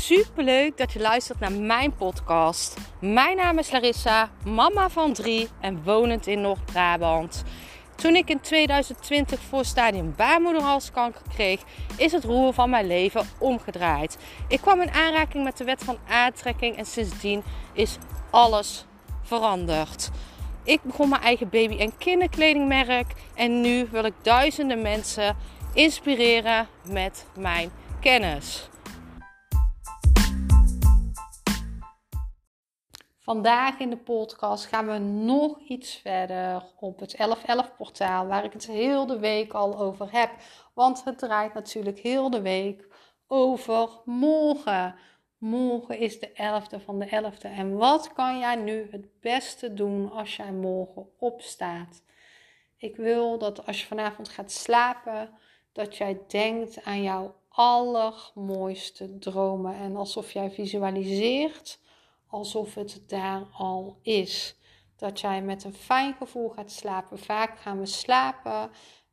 Superleuk dat je luistert naar mijn podcast. Mijn naam is Larissa, mama van 3 en wonend in Noord-Brabant. Toen ik in 2020 voorstadium baarmoederhalskanker kreeg, is het roer van mijn leven omgedraaid. Ik kwam in aanraking met de wet van aantrekking en sindsdien is alles veranderd. Ik begon mijn eigen baby- en kinderkledingmerk en nu wil ik duizenden mensen inspireren met mijn kennis. Vandaag in de podcast gaan we nog iets verder op het 1111 portaal waar ik het heel de week al over heb. Want het draait natuurlijk heel de week over morgen. Morgen is de 11e van de 11e. En wat kan jij nu het beste doen als jij morgen opstaat? Ik wil dat als je vanavond gaat slapen, dat jij denkt aan jouw allermooiste dromen. En alsof jij visualiseert alsof het daar al is. Dat jij met een fijn gevoel gaat slapen. Vaak gaan we slapen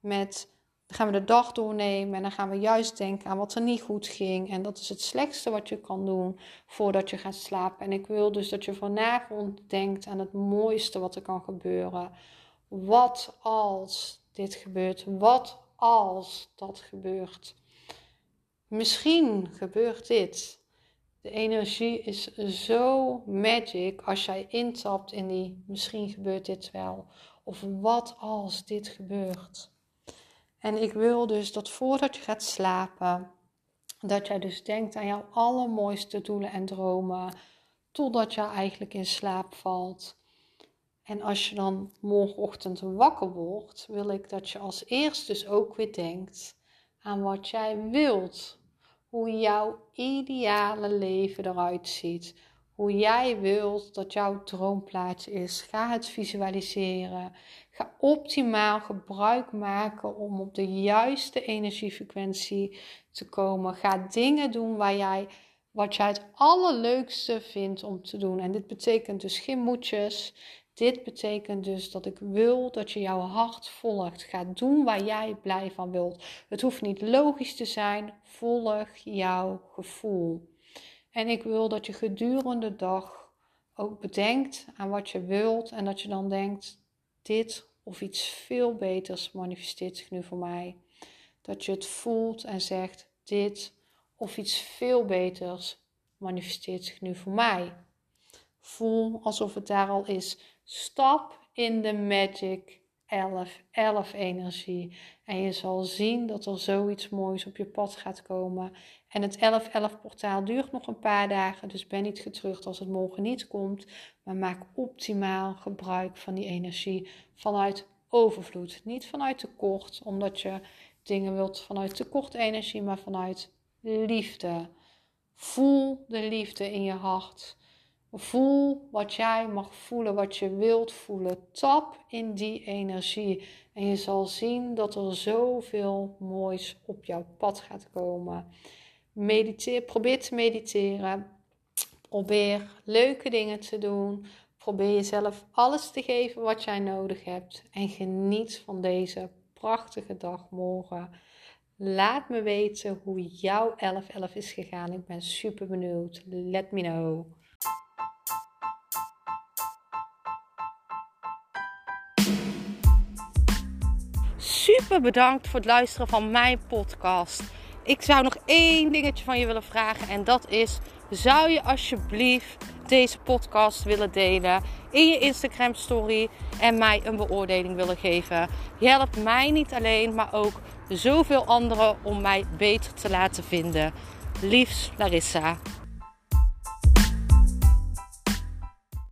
gaan we de dag doornemen en dan gaan we juist denken aan wat er niet goed ging. En dat is het slechtste wat je kan doen voordat je gaat slapen. En ik wil dus dat je vanavond denkt aan het mooiste wat er kan gebeuren. Wat als dit gebeurt? Wat als dat gebeurt? Misschien gebeurt dit. De energie is zo magic als jij intapt in die misschien gebeurt dit wel. Of wat als dit gebeurt. En ik wil dus dat voordat je gaat slapen, dat jij dus denkt aan jouw allermooiste doelen en dromen. Totdat je eigenlijk in slaap valt. En als je dan morgenochtend wakker wordt, wil ik dat je als eerst dus ook weer denkt aan wat jij wilt. Hoe jouw ideale leven eruit ziet. Hoe jij wilt dat jouw droomplaatje is. Ga het visualiseren. Ga optimaal gebruik maken om op de juiste energiefrequentie te komen. Ga dingen doen wat jij het allerleukste vindt om te doen. En dit betekent dus geen moedjes. Dit betekent dus dat ik wil dat je jouw hart volgt. Ga doen waar jij blij van wilt. Het hoeft niet logisch te zijn. Volg jouw gevoel. En ik wil dat je gedurende de dag ook bedenkt aan wat je wilt. En dat je dan denkt, dit of iets veel beters manifesteert zich nu voor mij. Dat je het voelt en zegt, dit of iets veel beters manifesteert zich nu voor mij. Voel alsof het daar al is. Stap in de magic 11-11 energie. En je zal zien dat er zoiets moois op je pad gaat komen. En het 11-11 portaal duurt nog een paar dagen. Dus ben niet getreurd als het morgen niet komt. Maar maak optimaal gebruik van die energie vanuit overvloed. Niet vanuit tekort, omdat je dingen wilt vanuit tekort energie, maar vanuit liefde. Voel de liefde in je hart. Voel wat jij mag voelen, wat je wilt voelen. Tap in die energie. En je zal zien dat er zoveel moois op jouw pad gaat komen. Probeer te mediteren. Probeer leuke dingen te doen. Probeer jezelf alles te geven wat jij nodig hebt. En geniet van deze prachtige dag morgen. Laat me weten hoe jouw 11-11 is gegaan. Ik ben super benieuwd. Let me know. Super bedankt voor het luisteren van mijn podcast. Ik zou nog 1 dingetje van je willen vragen. En dat is, zou je alsjeblieft deze podcast willen delen in je Instagram story en mij een beoordeling willen geven. Je helpt mij niet alleen, maar ook zoveel anderen om mij beter te laten vinden. Liefs, Larissa.